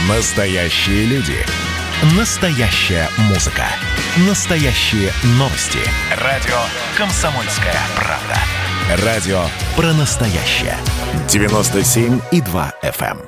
Настоящие люди. Настоящая музыка. Настоящие новости. Радио «Комсомольская правда». Радио про настоящее. 97,2 FM.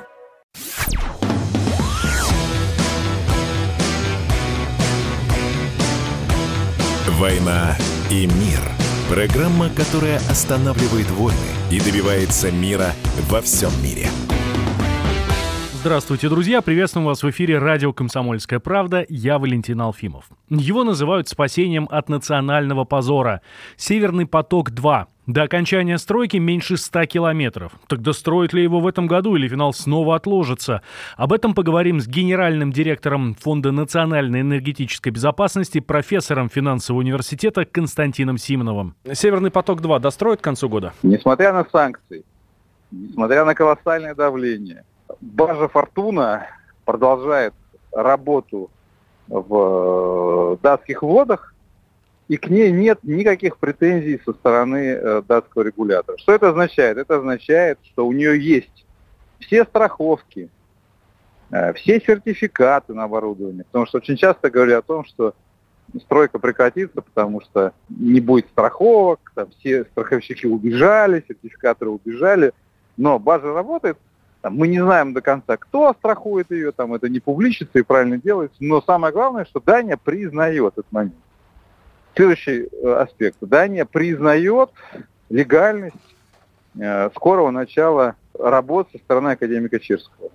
«Война и мир». Программа, которая останавливает войны и добивается мира во всем мире. Здравствуйте, друзья! Приветствуем вас в эфире радио «Комсомольская правда». Я Валентин Алфимов. Его называют спасением от национального позора. «Северный поток-2». До окончания стройки меньше 100 километров. Так достроят ли его в этом году или финал снова отложится? Об этом поговорим с генеральным директором Фонда национальной энергетической безопасности, профессором финансового университета Константином Симоновым. «Северный поток-2» достроят к концу года? Несмотря на санкции, несмотря на колоссальное давление, баржа «Фортуна» продолжает работу в датских водах, и к ней нет никаких претензий со стороны датского регулятора. Что это означает? Это означает, что у нее есть все страховки, все сертификаты на оборудование. Потому что очень часто говорили о том, что стройка прекратится, потому что не будет страховок, там все страховщики убежали, сертификаторы убежали. Но баржа работает. Мы не знаем до конца, кто страхует ее, это не публичится и правильно делается. Но самое главное, что Дания признает этот момент. Следующий аспект. Дания признает легальность скорого начала работ со стороны академика Черского.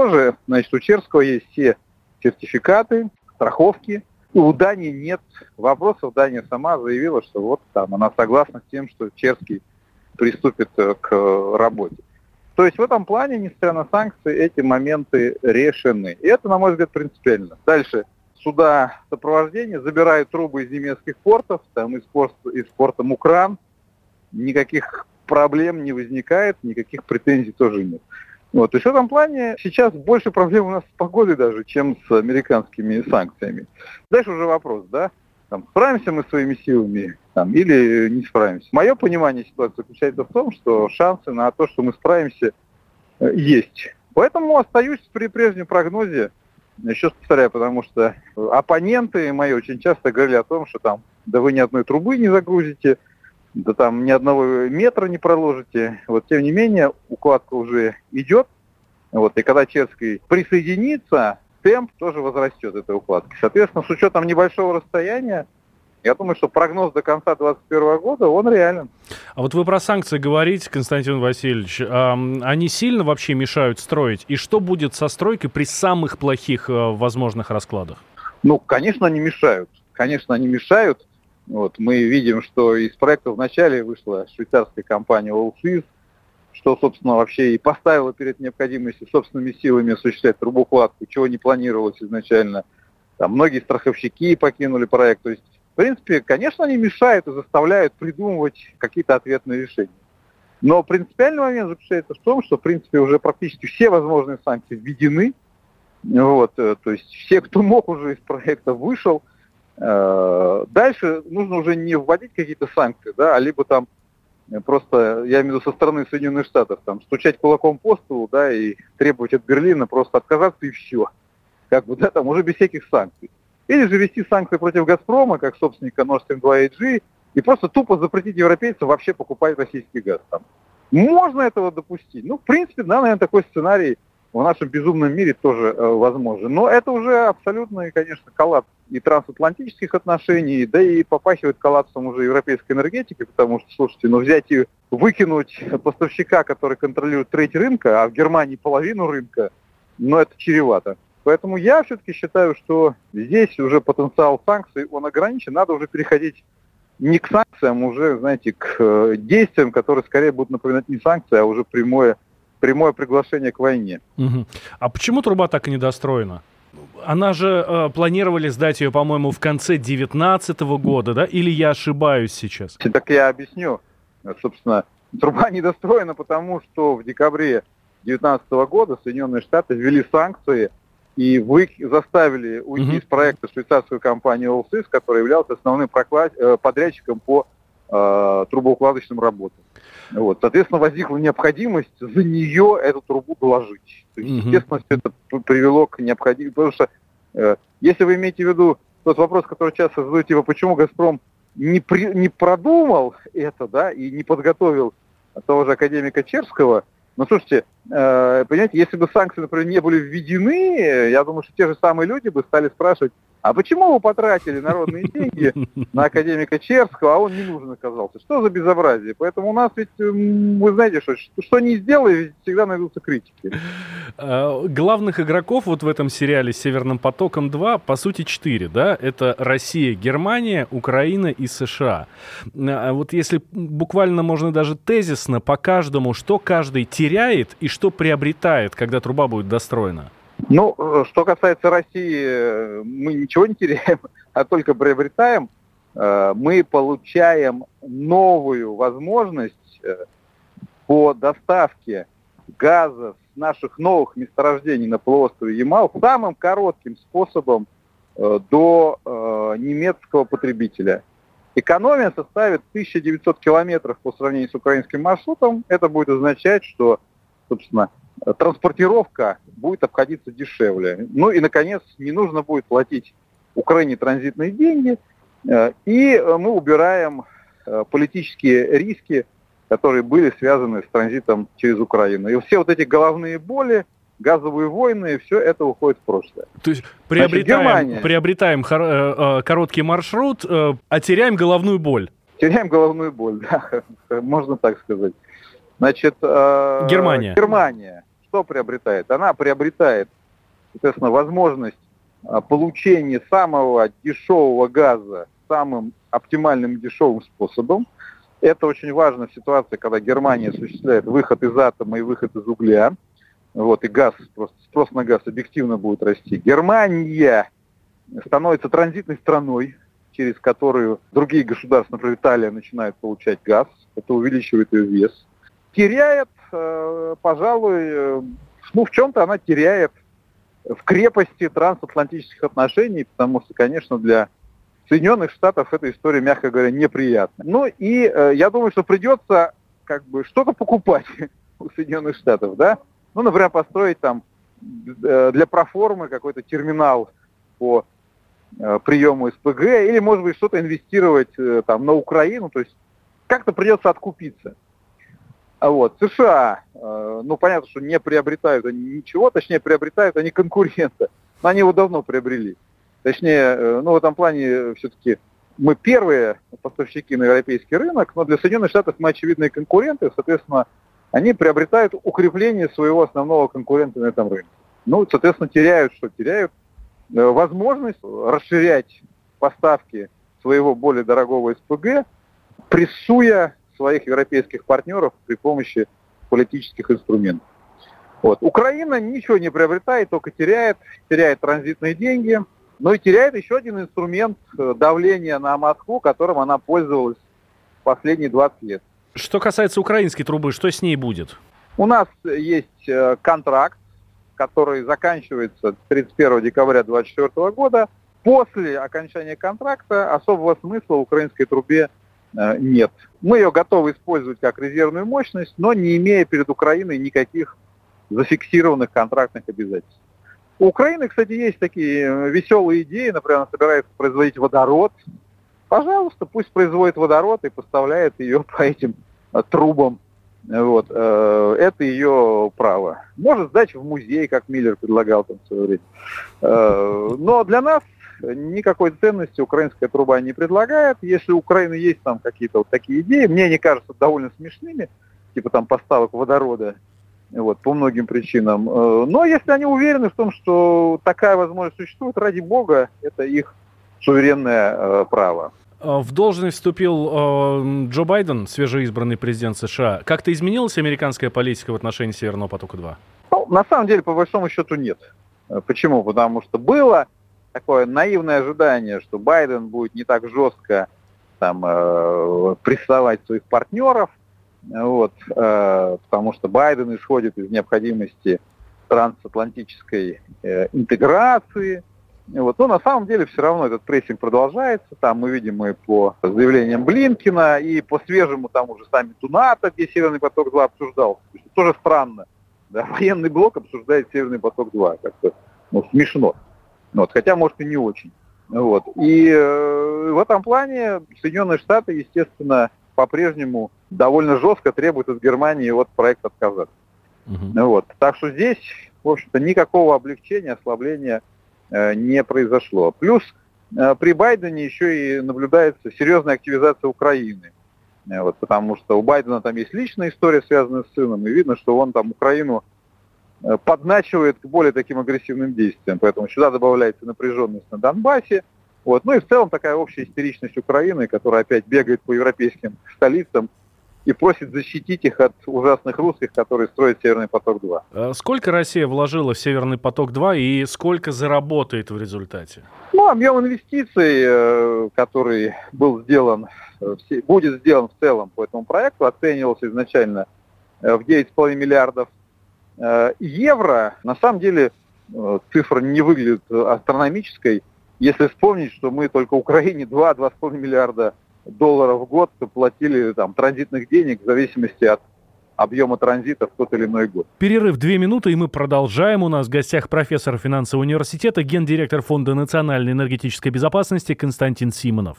У Черского есть все сертификаты, страховки. И у Дании нет вопросов. Дания сама заявила, что она согласна с тем, что Черский приступит к работе. То есть в этом плане, несмотря на санкции, эти моменты решены. И это, на мой взгляд, принципиально. Дальше. Суда сопровождения забирают трубы из немецких портов, из порта Мукран. Никаких проблем не возникает, никаких претензий тоже нет. И в этом плане сейчас больше проблем у нас с погодой даже, чем с американскими санкциями. Дальше уже вопрос, справимся мы своими силами или не справимся. Мое понимание ситуации заключается в том, что шансы на то, что мы справимся, есть. Поэтому остаюсь при прежнем прогнозе. Еще раз повторяю, потому что оппоненты мои очень часто говорили о том, что вы ни одной трубы не загрузите, ни одного метра не проложите. Тем не менее, укладка уже идет. И когда Черский присоединится, темп тоже возрастет этой укладки. Соответственно, с учетом небольшого расстояния, я думаю, что прогноз до конца 2021 года, он реален. А вы про санкции говорите, Константин Васильевич. Они сильно вообще мешают строить? И что будет со стройкой при самых плохих возможных раскладах? Конечно, они мешают. Мы видим, что из проекта вначале вышла швейцарская компания Allseas, что, собственно, вообще и поставила перед необходимостью собственными силами осуществлять трубоукладку, чего не планировалось изначально. Многие страховщики покинули проект. То есть, в принципе, конечно, они мешают и заставляют придумывать какие-то ответные решения. Но принципиальный момент заключается в том, что, в принципе, уже практически все возможные санкции введены. То есть все, кто мог, уже из проекта вышел. Дальше нужно уже не вводить какие-то санкции, либо просто, я имею в виду со стороны Соединенных Штатов, стучать кулаком по столу, и требовать от Берлина просто отказаться и все. Уже без всяких санкций. Или же ввести санкции против «Газпрома», как собственника Nord Stream 2 AG, и просто тупо запретить европейцам вообще покупать российский газ. Можно этого допустить. В принципе, наверное, такой сценарий в нашем безумном мире тоже возможен. Но это уже абсолютный, конечно, коллапс и трансатлантических отношений, да и попахивает коллапсом уже европейской энергетики, потому что, слушайте, взять и выкинуть поставщика, который контролирует треть рынка, а в Германии половину рынка, это чревато. Поэтому я все-таки считаю, что здесь уже потенциал санкций, он ограничен. Надо уже переходить не к санкциям, уже, к действиям, которые скорее будут напоминать не санкции, а уже прямое приглашение к войне. Угу. А почему труба так и не достроена? Она же планировали сдать ее, по-моему, в конце 2019 года, Или я ошибаюсь сейчас? Так я объясню. Собственно, труба не достроена, потому что в декабре 2019 года Соединенные Штаты ввели санкции и заставили уйти из проекта швейцарскую компанию Allseas, которая являлась основным подрядчиком по трубоукладочным работам. Вот. Соответственно, возникла необходимость за нее эту трубу доложить. То есть, естественно, все это привело к необходимости. Потому что, если вы имеете в виду тот вопрос, который часто задают, типа, почему «Газпром» не продумал это, да, и не подготовил того же академика Черского, ну, слушайте, понимаете, если бы санкции, например, не были введены, я думаю, что те же самые люди бы стали спрашивать, а почему вы потратили народные деньги на академика Черского, а он не нужен оказался? Что за безобразие? Поэтому у нас ведь, вы знаете, что не сделай, всегда найдутся критики. Главных игроков вот в этом сериале с «Северным потоком-2» по сути 4, да? Это Россия, Германия, Украина и США. Вот если буквально можно даже тезисно по каждому, что каждый теряет и что приобретает, когда труба будет достроена? Ну, что касается России, мы ничего не теряем, а только приобретаем. Мы получаем новую возможность по доставке газа с наших новых месторождений на полуострове Ямал самым коротким способом до немецкого потребителя. Экономия составит 1900 километров по сравнению с украинским маршрутом. Это будет означать, что, собственно, транспортировка будет обходиться дешевле. Ну и, наконец, не нужно будет платить Украине транзитные деньги. И мы убираем политические риски, которые были связаны с транзитом через Украину. И все вот эти головные боли, газовые войны, все это уходит в прошлое. То есть приобретаем короткий маршрут, а теряем головную боль. Теряем головную боль, да, можно так сказать. Значит, Германия что приобретает? Она приобретает, соответственно, возможность получения самого дешевого газа самым оптимальным дешевым способом. Это очень важно в ситуации, когда Германия осуществляет выход из атома и выход из угля. Вот, и газ, просто спрос на газ объективно будет расти. Германия становится транзитной страной, через которую другие государства, например, Италия, начинают получать газ. Это увеличивает ее вес. Теряет, пожалуй, в чем-то она теряет в крепости трансатлантических отношений, потому что, конечно, для Соединенных Штатов эта история, мягко говоря, неприятна. Ну и я думаю, что придется что-то покупать у Соединенных Штатов, да? Ну, например, построить там для проформы какой-то терминал по приему СПГ, или, может быть, что-то инвестировать там на Украину, то есть как-то придется откупиться. Вот. США, понятно, что не приобретают они ничего, точнее, приобретают они конкурента. Но они его давно приобрели. Точнее, в этом плане все-таки мы первые поставщики на европейский рынок, но для Соединенных Штатов мы очевидные конкуренты, соответственно, они приобретают укрепление своего основного конкурента на этом рынке. Ну, соответственно, теряют возможность расширять поставки своего более дорогого СПГ, прессуя своих европейских партнеров при помощи политических инструментов. Вот. Украина ничего не приобретает, только теряет транзитные деньги, но и теряет еще один инструмент давления на Москву, которым она пользовалась последние 20 лет. Что касается украинской трубы, что с ней будет? У нас есть контракт, который заканчивается 31 декабря 2024 года. После окончания контракта особого смысла в украинской трубе нет. Мы ее готовы использовать как резервную мощность, но не имея перед Украиной никаких зафиксированных контрактных обязательств. У Украины, кстати, есть такие веселые идеи. Например, она собирается производить водород. Пожалуйста, пусть производит водород и поставляет ее по этим трубам. Вот. Это ее право. Может сдать в музей, как Миллер предлагал там в свое время. Но для нас никакой ценности украинская труба не предлагает. Если у Украины есть там какие-то вот такие идеи, мне они кажутся довольно смешными, типа там поставок водорода, вот, по многим причинам. Но если они уверены в том, что такая возможность существует, ради бога, это их суверенное право. В должность вступил Джо Байден, свежеизбранный президент США. Как-то изменилась американская политика в отношении Северного потока-2? Ну, на самом деле, по большому счету, нет. Почему? Потому что было такое наивное ожидание, что Байден будет не так жестко там, прессовать своих партнеров, вот, потому что Байден исходит из необходимости трансатлантической интеграции, Вот. Но на самом деле все равно этот прессинг продолжается. Там мы видим и по заявлениям Блинкина, и по свежему тому же саммиту НАТО, где Северный поток-2 обсуждался. Тоже странно. Да? Военный блок обсуждает Северный поток-2. Как-то смешно. Вот. Хотя, может, и не очень. Вот. И в этом плане Соединенные Штаты, естественно, по-прежнему довольно жестко требуют от Германии от проекта отказаться. Вот. Так что здесь, в общем-то, никакого облегчения, ослабления не произошло. Плюс при Байдене еще и наблюдается серьезная активизация Украины. Вот, потому что у Байдена там есть личная история, связанная с сыном, и видно, что он там Украину подначивает к более таким агрессивным действиям. Поэтому сюда добавляется напряженность на Донбассе. Вот. Ну и в целом такая общая истеричность Украины, которая опять бегает по европейским столицам и просит защитить их от ужасных русских, которые строят Северный поток-2. Сколько Россия вложила в Северный поток-2 и сколько заработает в результате? Ну, объем инвестиций, который будет сделан в целом по этому проекту, оценивался изначально в 9,5 миллиардов евро. На самом деле цифра не выглядит астрономической, если вспомнить, что мы только Украине 2-2,5 миллиарда долларов в год платили там транзитных денег в зависимости от объема транзита в тот или иной год. Перерыв 2 минуты, и мы продолжаем. У нас в гостях профессор финансового университета, гендиректор Фонда национальной энергетической безопасности Константин Симонов.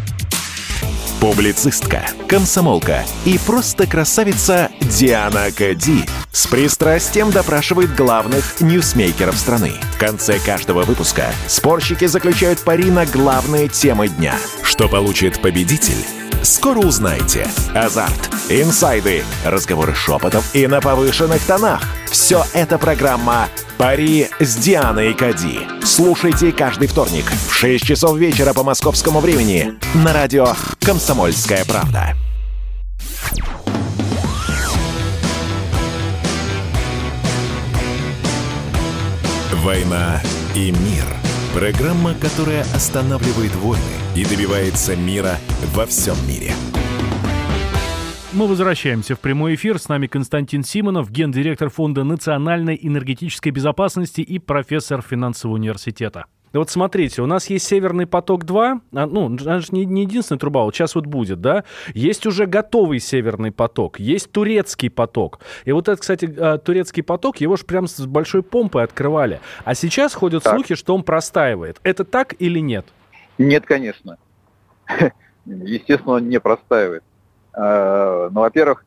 Публицистка, комсомолка и просто красавица Диана Кади с пристрастием допрашивает главных ньюсмейкеров страны. В конце каждого выпуска спорщики заключают пари на главные темы дня. Что получит победитель? Скоро узнаете. Азарт, инсайды, разговоры шепотов и на повышенных тонах. Все это программа «Пари с Дианой Кади». Слушайте каждый вторник в 6 часов вечера по московскому времени на радио «Комсомольская правда». «Война и мир». Программа, которая останавливает войны и добивается мира во всем мире. Мы возвращаемся в прямой эфир. С нами Константин Симонов, гендиректор Фонда национальной энергетической безопасности и профессор финансового университета. Вот смотрите, у нас есть Северный поток-2, это же не единственная труба, вот сейчас вот будет, да? Есть уже готовый Северный поток, есть турецкий поток. И вот этот, кстати, турецкий поток, его же прям с большой помпой открывали. А сейчас ходят слухи, что он простаивает. Это так или нет? Нет, конечно. Естественно, он не простаивает. Но, во-первых,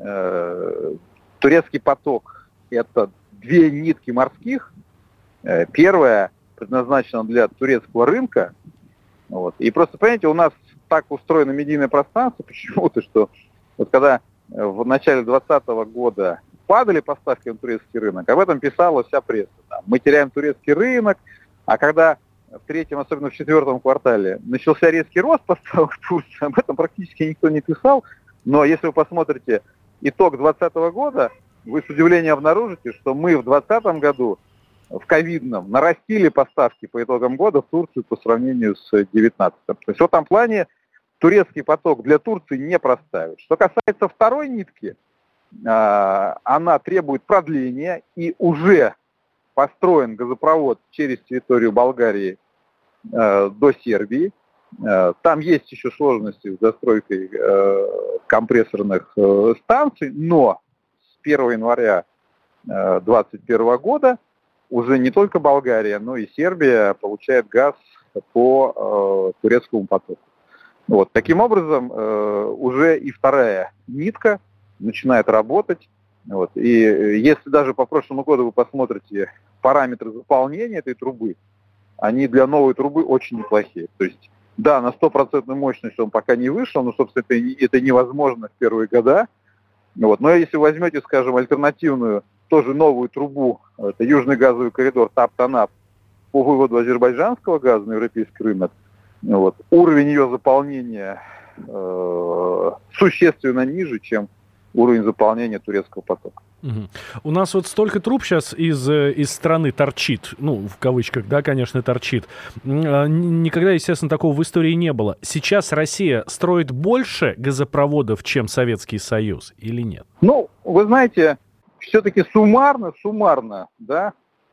турецкий поток – это 2 нитки морских. Первая предназначена для турецкого рынка. Вот. И просто, понимаете, у нас так устроено медийное пространство почему-то, что вот когда в начале 2020 года падали поставки на турецкий рынок, об этом писала вся пресса. Там, мы теряем турецкий рынок, а когда в третьем, особенно в 4 квартале, начался резкий рост поставок в Турции, об этом практически никто не писал. Но если вы посмотрите итог 2020 года, вы с удивлением обнаружите, что мы в 2020 году в ковидном нарастили поставки по итогам года в Турцию по сравнению с 2019. То есть в этом плане турецкий поток для Турции не простаивает. Что касается второй нитки, она требует продления, и уже построен газопровод через территорию Болгарии до Сербии. Там есть еще сложности с застройкой компрессорных станций, но с 1 января 2021 года уже не только Болгария, но и Сербия получает газ по турецкому потоку. Вот. Таким образом, уже и вторая нитка начинает работать. Вот. И если даже по прошлому году вы посмотрите параметры заполнения этой трубы, они для новой трубы очень неплохие. То есть, да, на 100% мощность он пока не вышел, но, собственно, это невозможно в первые года. Вот. Но если вы возьмете, скажем, альтернативную, тоже новую трубу, это Южный газовый коридор ТАП-ТАНАП по выводу азербайджанского газа на европейский рынок, вот, уровень ее заполнения существенно ниже, чем уровень заполнения турецкого потока. Угу. У нас вот столько труб сейчас из страны торчит, ну, в кавычках, да, конечно, торчит. Никогда, естественно, такого в истории не было. Сейчас Россия строит больше газопроводов, чем Советский Союз, или нет? Ну, вы знаете, все-таки суммарно, да,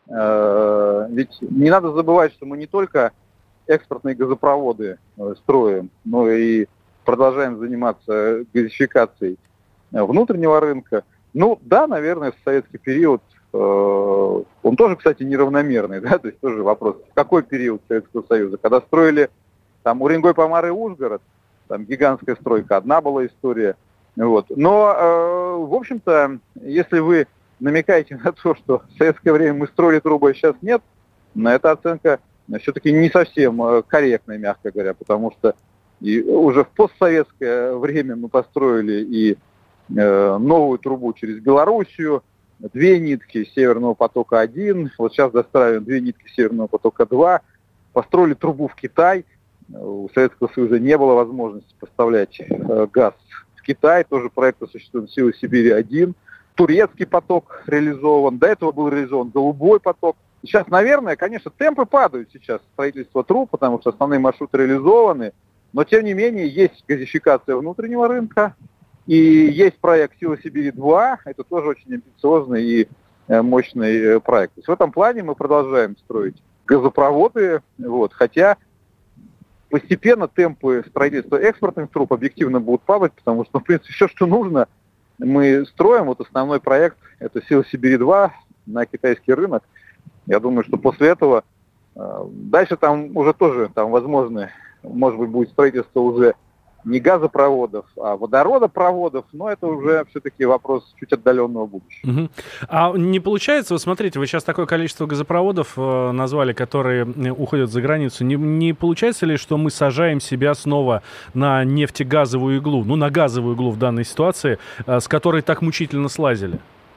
Ведь не надо забывать, что мы не только экспортные газопроводы строим, но и продолжаем заниматься газификацией внутреннего рынка. Ну да, наверное, в советский период он тоже, кстати, неравномерный, да, то есть тоже вопрос, в какой период Советского Союза, когда строили там Уренгой, Помар и Ужгород, там гигантская стройка, одна была история, вот. Но, в общем-то, если вы намекаете на то, что в советское время мы строили трубы, а сейчас нет, эта оценка все-таки не совсем корректная, мягко говоря, потому что и уже в постсоветское время мы построили и новую трубу через Белоруссию, 2 нитки Северного потока-1, вот сейчас достраиваем 2 нитки Северного потока-2, построили трубу в Китай, у Советского Союза не было возможности поставлять газ в Китай, тоже проект осуществлен «Силы Сибири-1», турецкий поток реализован, до этого был реализован голубой поток. Сейчас, наверное, конечно, темпы падают сейчас строительства труб, потому что основные маршруты реализованы, но тем не менее есть газификация внутреннего рынка, и есть проект «Сила Сибири-2», это тоже очень амбициозный и мощный проект. То есть в этом плане мы продолжаем строить газопроводы, вот, хотя постепенно темпы строительства экспортных труб объективно будут падать, потому что, в принципе, все, что нужно, мы строим. Вот основной проект – это «Сила Сибири-2» на китайский рынок. Я думаю, что после этого дальше там уже тоже там возможно, может быть, будет строительство уже не газопроводов, а водородопроводов, но это уже все-таки вопрос чуть отдаленного будущего. Угу. А не получается, вот смотрите, вы сейчас такое количество газопроводов назвали, которые уходят за границу, не получается ли, что мы сажаем себя снова на нефтегазовую иглу, ну, на газовую иглу в данной ситуации, с которой так мучительно слазили?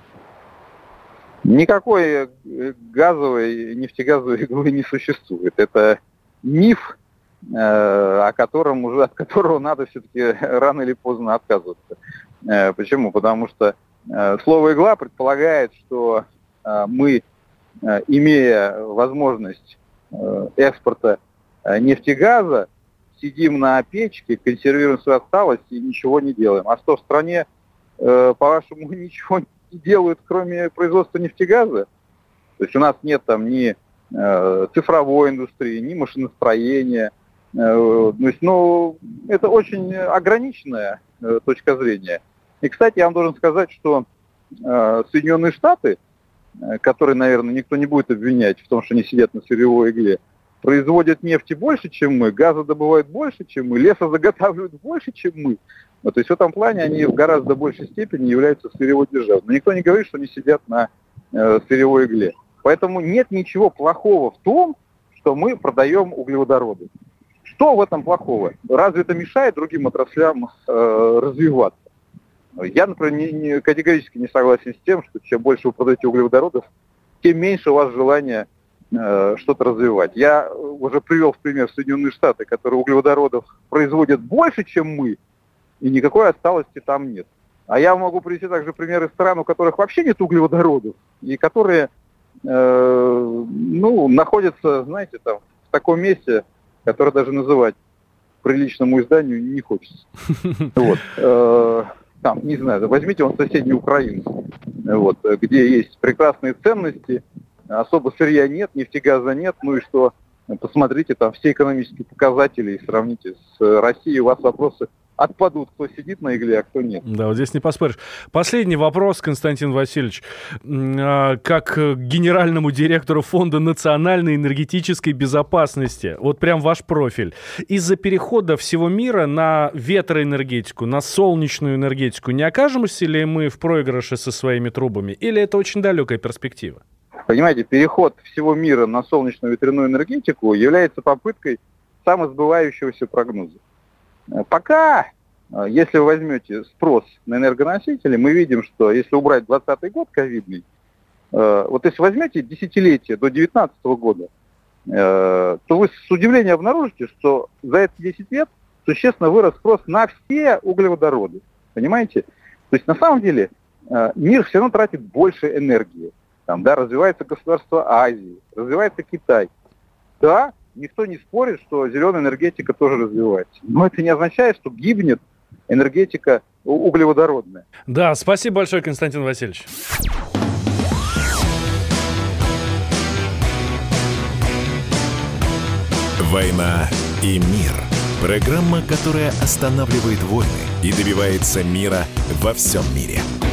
Никакой газовой, нефтегазовой иглы не существует. Это миф, от которого надо все-таки рано или поздно отказываться. Почему? Потому что слово «игла» предполагает, что мы, имея возможность экспорта нефтегаза, сидим на печке, консервируем свою отсталость и ничего не делаем. А что в стране, по-вашему, ничего не делают, кроме производства нефтегаза? То есть у нас нет там ни цифровой индустрии, ни машиностроения. То есть, это очень ограниченная точка зрения. И, кстати, я вам должен сказать, что Соединенные Штаты, которые, наверное, никто не будет обвинять в том, что они сидят на сырьевой игле, производят нефти больше, чем мы, газа добывают больше, чем мы, леса заготавливают больше, чем мы. То есть в этом плане они в гораздо большей степени являются сырьевой державой. Но никто не говорит, что они сидят на сырьевой игле. Поэтому нет ничего плохого в том, что мы продаем углеводороды. Что в этом плохого? Разве это мешает другим отраслям развиваться? Я, например, категорически не согласен с тем, что чем больше вы продаете углеводородов, тем меньше у вас желания что-то развивать. Я уже привел в пример Соединенные Штаты, которые углеводородов производят больше, чем мы, и никакой отсталости там нет. А я могу привести также примеры стран, у которых вообще нет углеводородов, и которые находятся, знаете, там, в таком месте, которое даже называть приличному изданию не хочется. Вот. Там, не знаю, возьмите соседнюю Украину, вот, где есть прекрасные ценности, особо сырья нет, нефтегаза нет, ну и что? Посмотрите там все экономические показатели и сравните с Россией, у вас вопросы отпадут, кто сидит на игле, а кто нет. Да, вот здесь не поспоришь. Последний вопрос, Константин Васильевич. Как генеральному директору Фонда национальной энергетической безопасности, вот прям ваш профиль. Из-за перехода всего мира на ветроэнергетику, на солнечную энергетику, не окажемся ли мы в проигрыше со своими трубами? Или это очень далекая перспектива? Понимаете, переход всего мира на солнечную ветряную энергетику является попыткой самосбывающегося прогноза. Пока, если вы возьмете спрос на энергоносители, мы видим, что если убрать 2020 год ковидный, вот если возьмете десятилетие до 2019 года, то вы с удивлением обнаружите, что за эти 10 лет существенно вырос спрос на все углеводороды. Понимаете? То есть на самом деле мир все равно тратит больше энергии. Там, да, развивается государство Азии, развивается Китай. Да, никто не спорит, что зеленая энергетика тоже развивается. Но это не означает, что гибнет энергетика углеводородная. Да, спасибо большое, Константин Васильевич. «Война и мир». Программа, которая останавливает войны и добивается мира во всем мире.